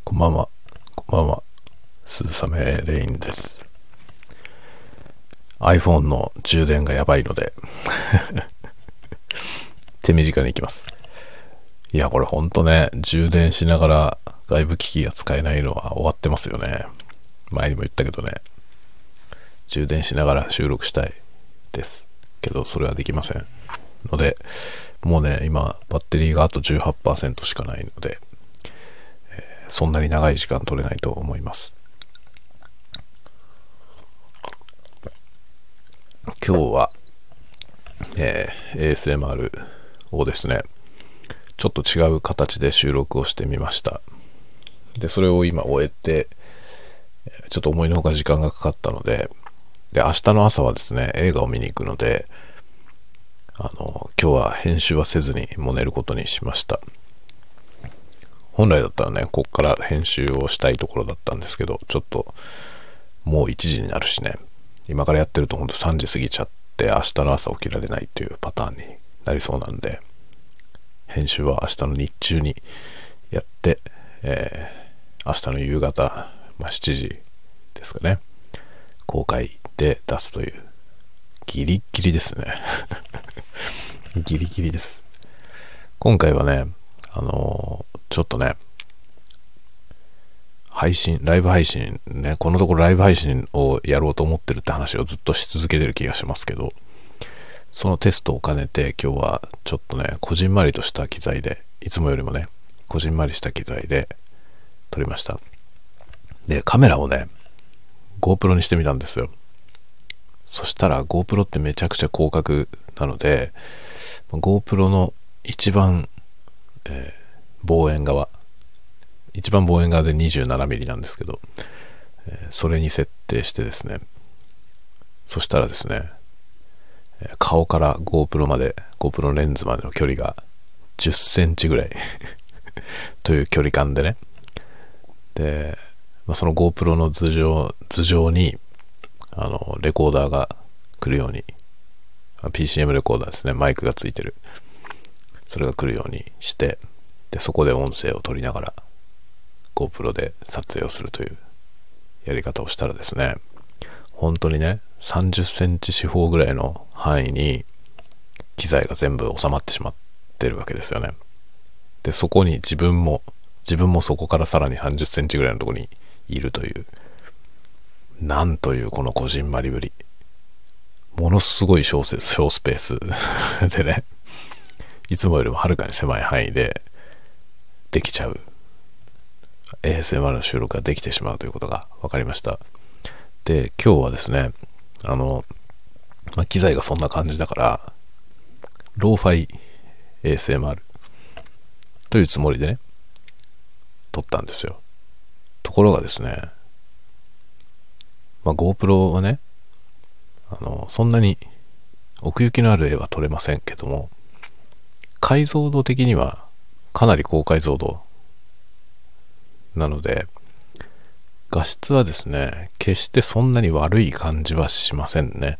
こんばんは。こんばんは。鈴雨レインです。iPhone の充電がやばいので手短に行きます。いや、これほんとね、充電しながら外部機器が使えないのは終わってますよね。前にも言ったけどね、充電しながら収録したいですけど、それはできませんので、もうね、今バッテリーがあと 18% しかないので、そんなに長い時間取れないと思います。今日は、ASMR をですね、ちょっと違う形で収録をしてみました。で、それを今終えて、ちょっと思いのほか時間がかかったので、明日の朝はですね、映画を見に行くので、今日は編集はせずにもう寝ることにしました。本来だったらね、こっから編集をしたいところだったんですけど、ちょっともう1時になるしね、今からやってるとほんと3時過ぎちゃって明日の朝起きられないというパターンになりそうなんで、編集は明日の日中にやって、明日の夕方、7時ですかね、公開で出すという、ギリッギリですねギリギリです。今回はね、ちょっとね、ライブ配信ね、このところライブ配信をやろうと思ってるって話をずっとし続けてる気がしますけど、そのテストを兼ねて今日はちょっとね、こじんまりとした機材で、いつもよりもね、こじんまりした機材で撮りました。で、カメラをね、GoPro にしてみたんですよ。そしたら GoPro ってめちゃくちゃ広角なので、GoPro の一番、一番望遠側で 27mm なんですけど、それに設定してですね、そしたらですね、顔から GoPro レンズまでの距離が10センチぐらいという距離感でね、で、その GoPro の頭上にレコーダーが来るように、PCM レコーダーですね、マイクがついてる、それが来るようにして、でそこで音声を取りながら GoPro で撮影をするというやり方をしたらですね、本当にね、30センチ四方ぐらいの範囲に機材が全部収まってしまってるわけですよね。でそこに自分もそこからさらに30センチぐらいのところにいるという、なんというこのこじんまりぶり、ものすごい小スペースでね、いつもよりもはるかに狭い範囲でできちゃう ASMR の収録ができてしまうということが分かりました。で、今日はですね、機材がそんな感じだからローファイ ASMR というつもりでね撮ったんですよ。ところがですね、GoPro はね、そんなに奥行きのある絵は撮れませんけども、解像度的にはかなり高解像度なので、画質はですね、決してそんなに悪い感じはしませんね。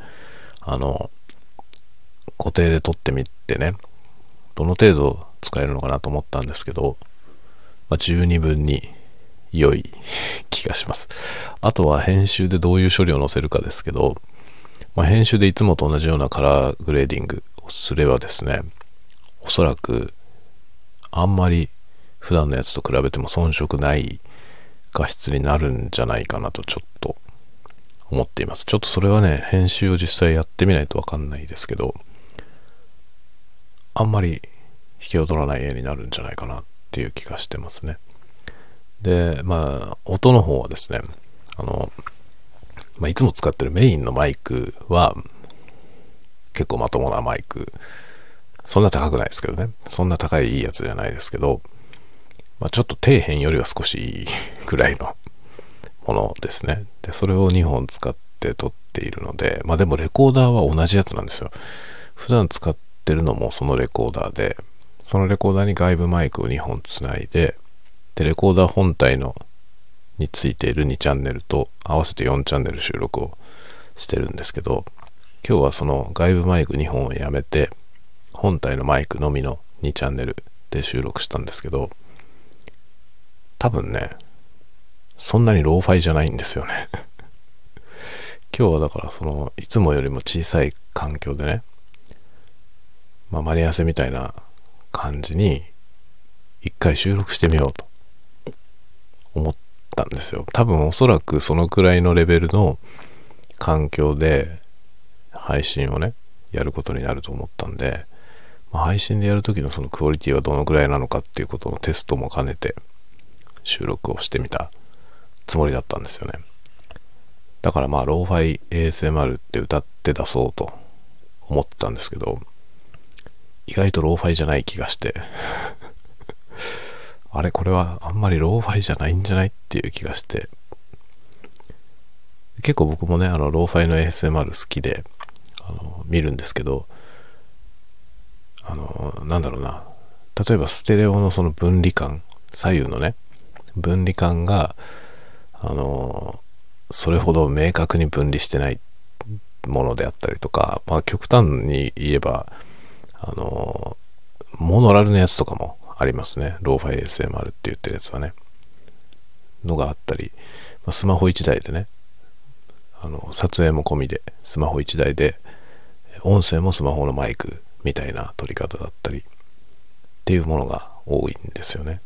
固定で撮ってみてね、どの程度使えるのかなと思ったんですけど、十二分に良い気がします。あとは編集でどういう処理を載せるかですけど、編集でいつもと同じようなカラーグレーディングをすればですね、おそらくあんまり普段のやつと比べても遜色ない画質になるんじゃないかなとちょっと思っています。ちょっとそれはね、編集を実際やってみないとわかんないですけど、あんまり引けを取らない絵になるんじゃないかなっていう気がしてますね。で、音の方はですね、いつも使ってるメインのマイクは結構まともなマイク、そんな高くないですけどね、そんな高いいいやつじゃないですけど、ちょっと底辺よりは少しいいくらいのものですね。でそれを2本使って撮っているので、でもレコーダーは同じやつなんですよ。普段使ってるのもそのレコーダーで、そのレコーダーに外部マイクを2本つないで、レコーダー本体についている2チャンネルと合わせて4チャンネル収録をしてるんですけど、今日はその外部マイク2本をやめて本体のマイクのみの2チャンネルで収録したんですけど、多分ね、 そんなにローファイじゃないんですよね。今日はだからいつもよりも小さい環境でね、間に合わせみたいな感じに一回収録してみようと思ったんですよ。多分おそらくそのくらいのレベルの環境で配信をねやることになると思ったんで、配信でやる時のそのクオリティはどのくらいなのかっていうことのテストも兼ねて収録をしてみたつもりだったんですよね。だからローファイ ASMR って歌って出そうと思ってたんですけど、意外とローファイじゃない気がしてあれこれはあんまりローファイじゃないんじゃないっていう気がして、結構僕もねローファイの ASMR 好きで見るんですけど、なんだろうな、例えばステレオのその分離感、左右のね分離感がそれほど明確に分離してないものであったりとか、極端に言えばモノラルのやつとかもありますね。ローファイ ASMR って言ってるやつはねのがあったり、スマホ1台でね撮影も込みでスマホ1台で音声もスマホのマイクみたいな撮り方だったりっていうものが多いんですよね。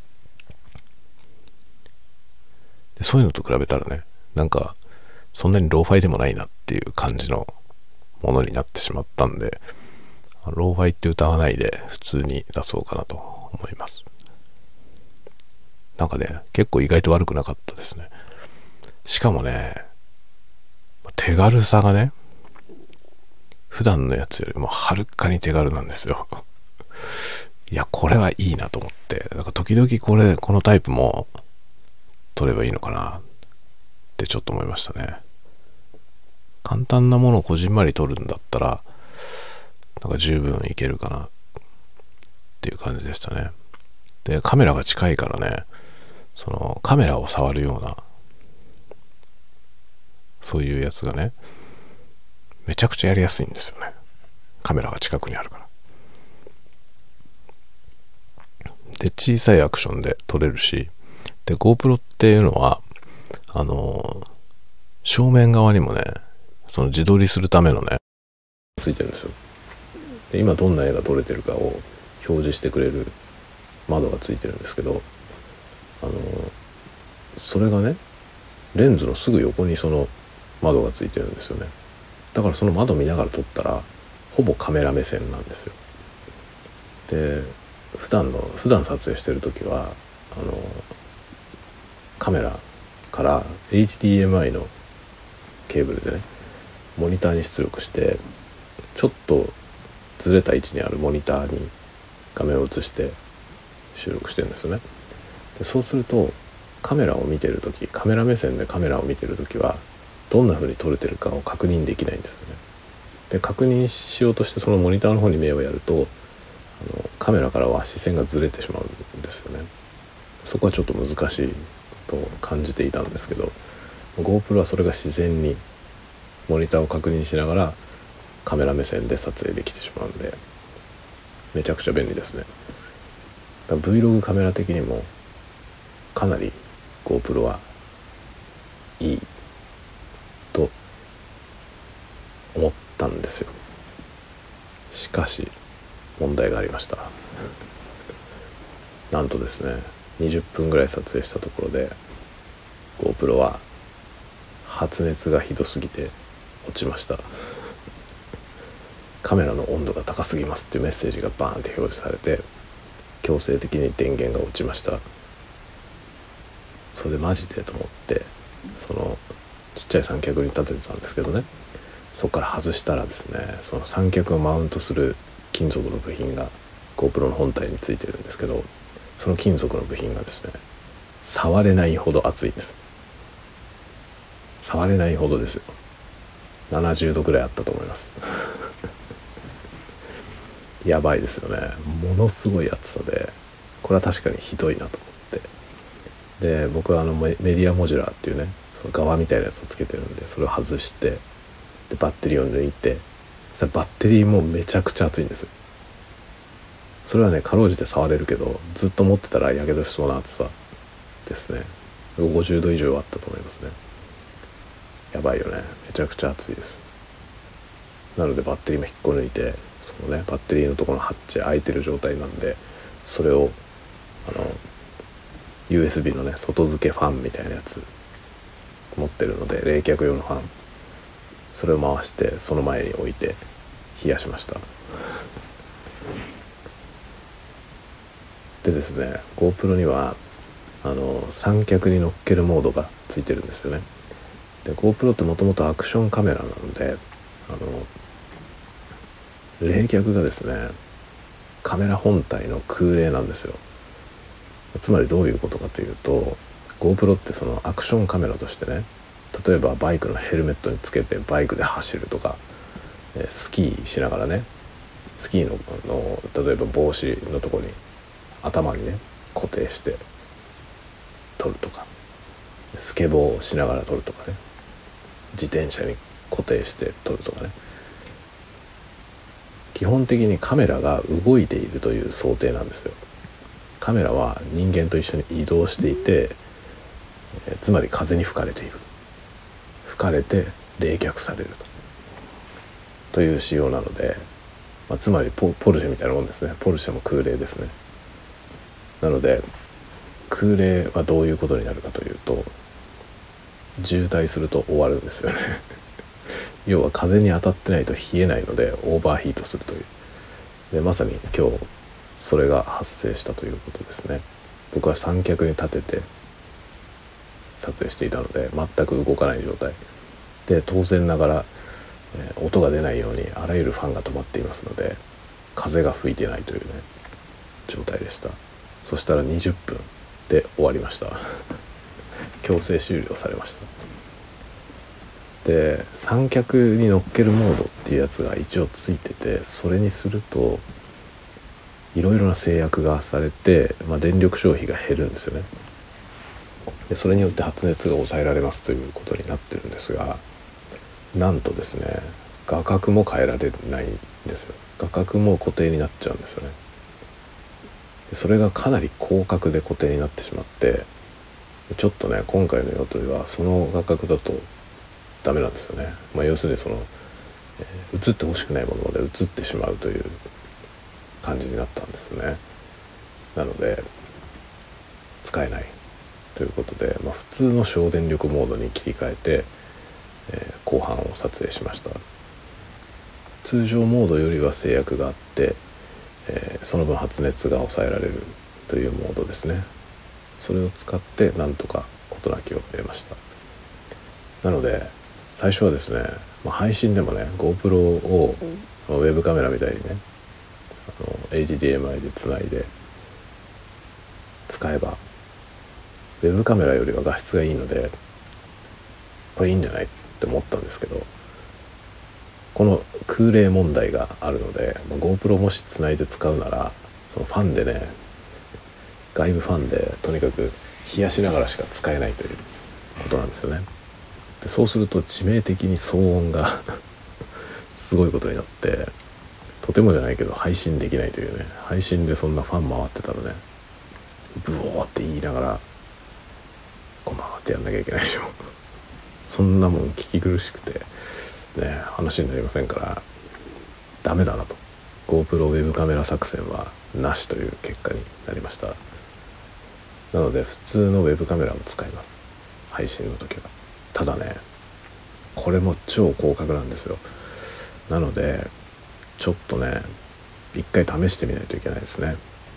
でそういうのと比べたらね、なんかそんなにローファイでもないなっていう感じのものになってしまったんで、ローファイって歌わないで普通に出そうかなと思います。なんかね結構意外と悪くなかったですね。しかもね手軽さがね普段のやつよりもはるかに手軽なんですよ。いやこれはいいなと思って、なんか時々このタイプも取ればいいのかなってちょっと思いましたね。簡単なものをこじんまり取るんだったらなんか十分いけるかなっていう感じでしたね。でカメラが近いからね、そのカメラを触るようなそういうやつがねめちゃくちゃやりやすいんですよね。カメラが近くにあるから。で小さいアクションで撮れるし、で GoPro っていうのは正面側にもねその自撮りするためのねついてるんですよ。で今どんな絵が撮れてるかを表示してくれる窓がついてるんですけど、それがねレンズのすぐ横にその窓がついてるんですよね。だからその窓見ながら撮ったらほぼカメラ目線なんですよ。で普段撮影してる時はカメラから HDMI のケーブルでねモニターに出力して、ちょっとずれた位置にあるモニターに画面を映して収録してるんですよね。でそうするとカメラ目線でカメラを見てる時はどんな風に撮れてるかを確認できないんですよね。で確認しようとしてそのモニターの方に目をやるとカメラからは視線がずれてしまうんですよね。そこはちょっと難しいと感じていたんですけど、 GoPro はそれが自然にモニターを確認しながらカメラ目線で撮影できてしまうんでめちゃくちゃ便利ですね。だから Vlog カメラ的にもかなり GoPro はいいと思ったんですよ。しかし問題がありました。なんとですね20分ぐらい撮影したところで GoPro は発熱がひどすぎて落ちました。カメラの温度が高すぎますっていうメッセージがバーンって表示されて、強制的に電源が落ちました。それでマジでと思ってそのちっちゃい三脚に立ててたんですけどね、そこから外したらですね、その三脚をマウントする金属の部品が GoPro の本体についてるんですけど、その金属の部品がですね触れないほど熱いんです。触れないほどですよ。70度ぐらいあったと思いますやばいですよね。ものすごい熱さで、これは確かにひどいなと思って、で僕はメディアモジュラーっていうねその側みたいなやつをつけてるんで、それを外してでバッテリーを抜いて、それバッテリーもめちゃくちゃ熱いんですよ。それはねかろうじて触れるけどずっと持ってたらやけどしそうな熱さですね。 50度以上あったと思いますね。やばいよね。めちゃくちゃ暑いです。なのでバッテリーも引っこ抜いて、そのねバッテリーのところのハッチ開いてる状態なんで、それをUSB のね外付けファンみたいなやつ持ってるので、冷却用のファン、それを回してその前に置いて冷やしました。でですね、 GoPro には三脚に乗っけるモードがついてるんですよね。で GoPro ってもともとアクションカメラなので、冷却がですねカメラ本体の空冷なんですよ。つまりどういうことかというと、 GoPro ってそのアクションカメラとしてね、例えばバイクのヘルメットにつけてバイクで走るとか、スキーしながらね、スキーの例えば帽子のところに頭にね固定して撮るとか、スケボーをしながら撮るとかね、自転車に固定して撮るとかね、基本的にカメラが動いているという想定なんですよ。カメラは人間と一緒に移動していて、つまり風に吹かれている、吹かれて冷却されるという仕様なので、つまりポルシェみたいなもんですね。ポルシェも空冷ですね。なので空冷はどういうことになるかというと、渋滞すると終わるんですよね要は風に当たってないと冷えないのでオーバーヒートするという。でまさに今日それが発生したということですね。僕は三脚に立てて撮影していたので全く動かない状態で、当然ながら、音が出ないようにあらゆるファンが止まっていますので、風が吹いてないというね状態でした。そしたら20分で終わりました強制終了されました。で三脚に乗っけるモードっていうやつが一応ついてて、それにするといろいろな制約がされて、電力消費が減るんですよね。でそれによって発熱が抑えられますということになってるんですが、なんとですね画角も変えられないんですよ。画角も固定になっちゃうんですよね。でそれがかなり広角で固定になってしまって、ちょっとね今回の用途ではその画角だとダメなんですよね。要するにその、映ってほしくないものまで映ってしまうという感じになったんですね。なので使えないということで、普通の省電力モードに切り替えて、後半を撮影しました。通常モードよりは制約があって、その分発熱が抑えられるというモードですね。それを使ってなんとか事なきを得ました。なので最初はですね、配信でもね GoPro をウェブカメラみたいにねHDMI でつないで使えばウェブカメラよりは画質がいいのでこれいいんじゃないって思ったんですけど、この空冷問題があるので、GoPro もしつないで使うならそのファンでね、外部ファンでとにかく冷やしながらしか使えないということなんですよね。でそうすると致命的に騒音がすごいことになって、とてもじゃないけど配信できないというね。配信でそんなファン回ってたらね、ブオーって言いながらこんばんはってやんなきゃいけないでしょそんなもん聞き苦しくてね、話になりませんからダメだなと、 GoPro ウェブカメラ作戦はなしという結果になりました。なので普通のウェブカメラを使います、配信の時は。ただねこれも超広角なんですよ。なのでちょっとね一回試してみないといけないですね。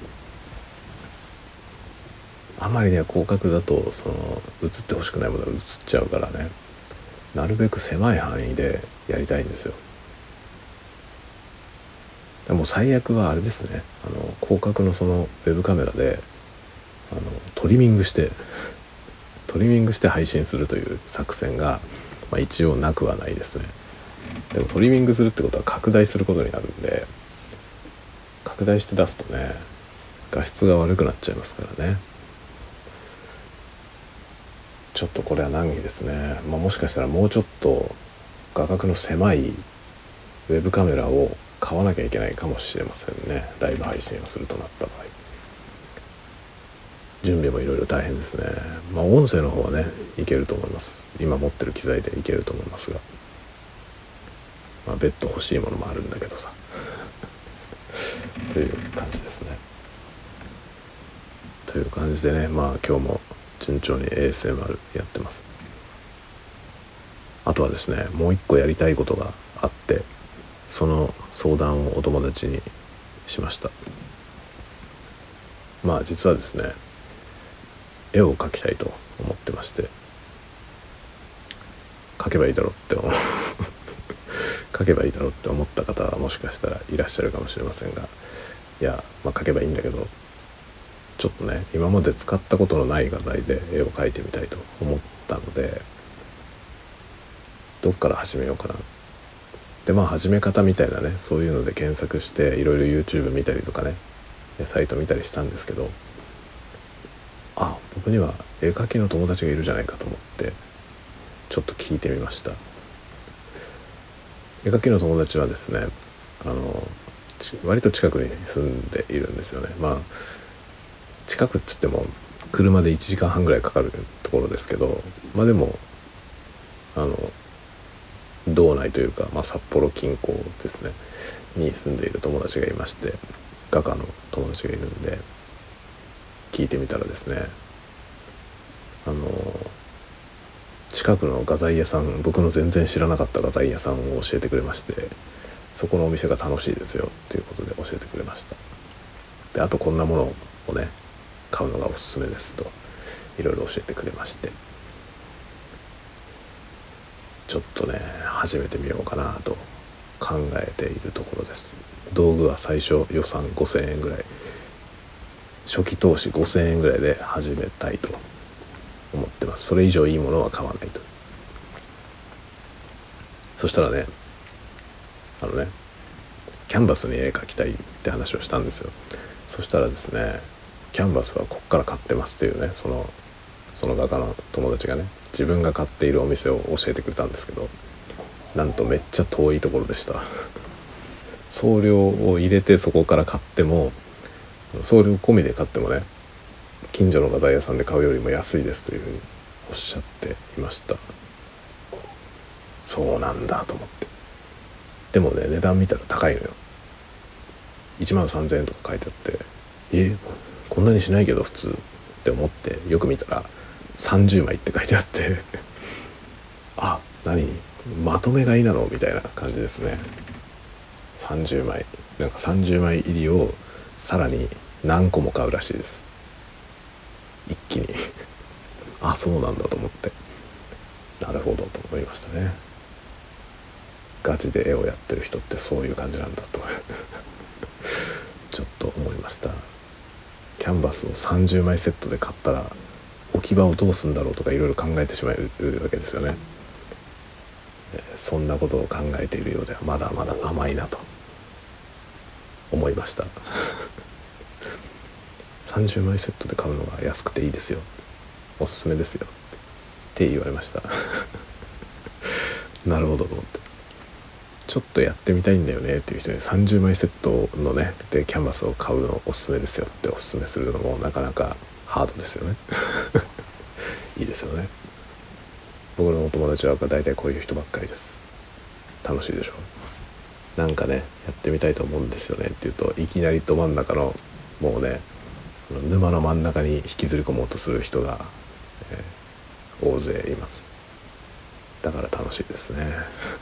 あまりね広角だとその映ってほしくないものが映っちゃうからね、なるべく狭い範囲でやりたいんですよ。でも最悪はあれですね、広角のそのウェブカメラでトリミングして配信するという作戦が、一応なくはないですね。でもトリミングするってことは拡大することになるんで、拡大して出すとね画質が悪くなっちゃいますからね。ちょっとこれは難儀ですね。もしかしたらもうちょっと画角の狭いウェブカメラを買わなきゃいけないかもしれませんね、ライブ配信をするとなった場合。 準備もいろいろ大変ですね。音声の方はねいけると思います。今持ってる機材でいけると思いますが、別途欲しいものもあるんだけどさという感じですね。という感じでね、今日も順調に ASMR やってます。あとはですね、もう一個やりたいことがあって、その相談をお友達にしました。実はですね、絵を描きたいと思ってまして、描けばいいだろうって描けばいいだろうって思った方はもしかしたらいらっしゃるかもしれませんが、いや、描けばいいんだけど、ちょっとね、今まで使ったことのない画材で絵を描いてみたいと思ったので、どっから始めようかな。で始め方みたいなね、そういうので検索していろいろ YouTube 見たりとかね、サイト見たりしたんですけど、僕には絵描きの友達がいるじゃないかと思ってちょっと聞いてみました。絵描きの友達はですね、割と近くに住んでいるんですよね。近くっつっても車で1時間半ぐらいかかるところですけど、でも道内というか、札幌近郊ですねに住んでいる友達がいまして、画家の友達がいるんで聞いてみたらですね、近くの画材屋さん、僕の全然知らなかった画材屋さんを教えてくれまして、そこのお店が楽しいですよっていうことで教えてくれました。であとこんなものをね買うのがおすすめですといろいろ教えてくれまして、ちょっとね始めてみようかなと考えているところです。道具は最初予算5000円ぐらい、初期投資5000円ぐらいで始めたいと思ってます。それ以上いいものは買わないと。そしたらね、キャンバスに絵描きたいって話をしたんですよ。そしたらですね、キャンバスはこっから買ってますというね、その画家の友達がね、自分が買っているお店を教えてくれたんですけど、なんとめっちゃ遠いところでした。送料を入れてそこから買っても、送料込みで買ってもね、近所の画材屋さんで買うよりも安いですというふうにおっしゃっていました。そうなんだと思って。でもね、値段見たら高いのよ。1万3000円とか書いてあって、こんなにしないけど普通って思ってよく見たら30枚って書いてあって何まとめ買いなのみたいな感じですね。30枚なんか30枚入りをさらに何個も買うらしいです、一気にそうなんだと思って、なるほどと思いましたね。ガチで絵をやってる人ってそういう感じなんだとちょっと思いました。キャンバスを30枚セットで買ったら置き場をどうするんだろうとかいろいろ考えてしまうわけですよね。そんなことを考えているようではまだまだ甘いなと思いました30枚セットで買うのが安くていいですよ、おすすめですよって言われましたなるほどと思って、ちょっとやってみたいんだよねっていう人に30枚セットのねでキャンバスを買うのおすすめですよっておすすめするのもなかなかハードですよねいいですよね。僕のお友達は大体こういう人ばっかりです。楽しいでしょ。なんかねやってみたいと思うんですよねって言うと、いきなりど真ん中のもうね沼の真ん中に引きずり込もうとする人が、大勢います。だから楽しいですね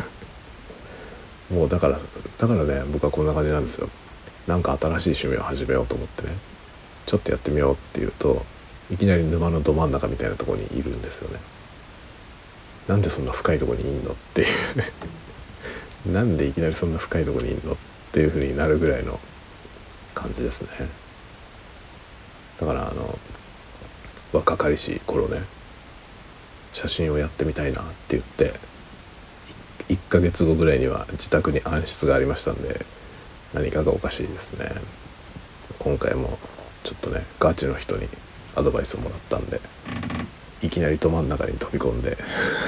もうだからね、僕はこんな感じなんですよ。なんか新しい趣味を始めようと思ってね、ちょっとやってみようっていうといきなり沼のど真ん中みたいなところにいるんですよね。なんでそんな深いところにいんのっていうなんでいきなりそんな深いところにいんのっていう風になるぐらいの感じですね。だから若かりしい頃ね、写真をやってみたいなって言って1ヶ月後ぐらいには自宅に暗室がありましたんで、何かがおかしいですね。今回もちょっとねガチの人にアドバイスをもらったんで、いきなりど真ん中に飛び込んで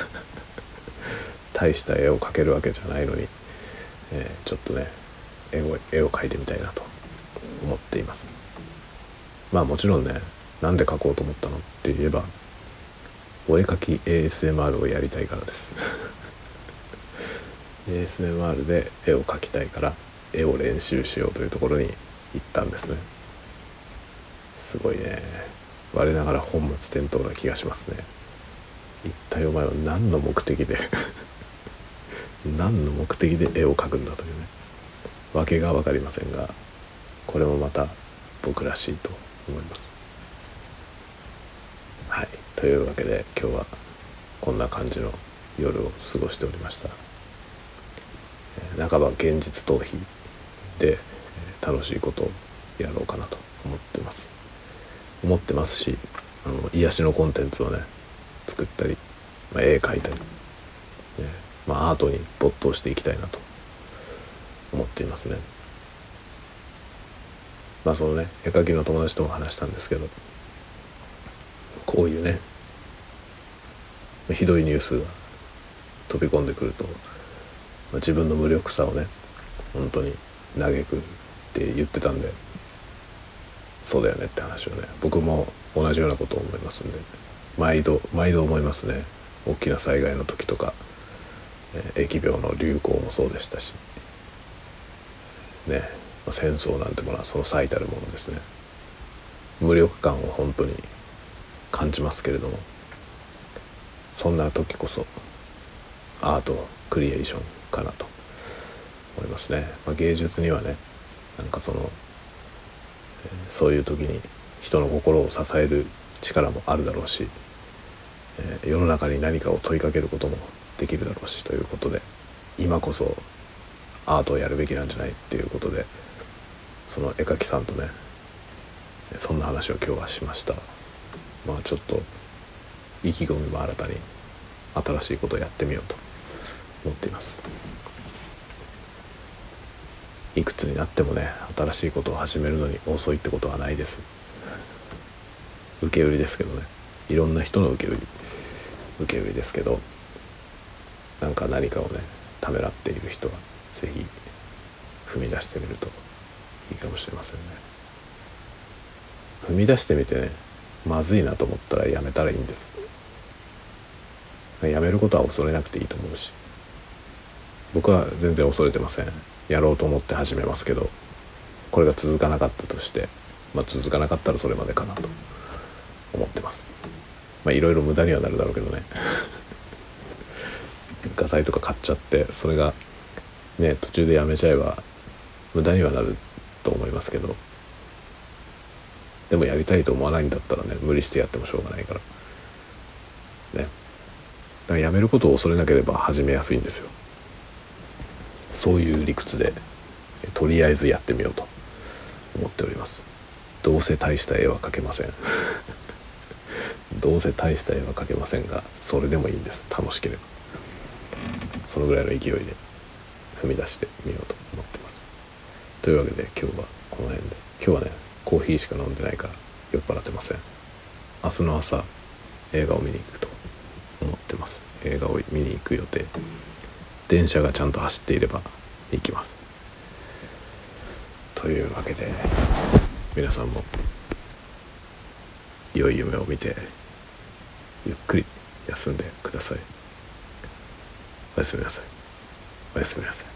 大した絵を描けるわけじゃないのに、ちょっとね絵を描いてみたいなと思っています。もちろんねなんで描こうと思ったのって言えば、お絵描き ASMR をやりたいからです。ASMR で絵を描きたいから絵を練習しようというところに行ったんですね。すごいね、我ながら本末転倒な気がしますね。一体お前は何の目的で何の目的で絵を描くんだというね、わけが分かりませんが、これもまた僕らしいと思います。はい、というわけで今日はこんな感じの夜を過ごしておりました。半ば現実逃避で楽しいことをやろうかなと思ってますし、癒しのコンテンツをね作ったり、絵描いたり、アートに没頭していきたいなと思っていますね。そのね絵描きの友達とも話したんですけど、こういうねひどいニュースが飛び込んでくると、自分の無力さをね本当に嘆くって言ってたんで、そうだよねって話をね、僕も同じようなことを思いますんで、毎度思いますね。大きな災害の時とか、疫病の流行もそうでしたしね、戦争なんてものはその最たるものですね。無力感を本当に感じますけれども、そんな時こそアートクリエーションかなと思いますね。芸術にはね、なんかそういう時に人の心を支える力もあるだろうし、世の中に何かを問いかけることもできるだろうしということで、今こそアートをやるべきなんじゃないっていうことで、その絵描きさんとねそんな話を今日はしました。ちょっと意気込みも新たに新しいことをやってみようと思っています。いくつになってもね新しいことを始めるのに遅いってことはないです。受け売りですけどね、いろんな人の受け売りですけど、何かをねためらっている人はぜひ踏み出してみるといいかもしれませんね。踏み出してみてね、まずいなと思ったらやめたらいいんです。やめることは恐れなくていいと思うし、僕は全然恐れてません。やろうと思って始めますけど、これが続かなかったとして、続かなかったらそれまでかなと思ってます。いろいろ無駄にはなるだろうけどね画材とか買っちゃってそれがね途中でやめちゃえば無駄にはなると思いますけど、でもやりたいと思わないんだったらね、無理してやってもしょうがないからね。だからやめることを恐れなければ始めやすいんですよ。そういう理屈でとりあえずやってみようと思っております。どうせ大した絵は描けませんどうせ大した絵は描けませんが、それでもいいんです。楽しければそのぐらいの勢いで踏み出してみようと思ってます。というわけで今日はこの辺で、今日はねコーヒーしか飲んでないから酔っ払ってません。明日の朝映画を見に行くと思ってます。映画を見に行く予定。電車がちゃんと走っていれば行きます。というわけで皆さんも良い夢を見てゆっくり休んでください。おやすみなさい。おやすみなさい。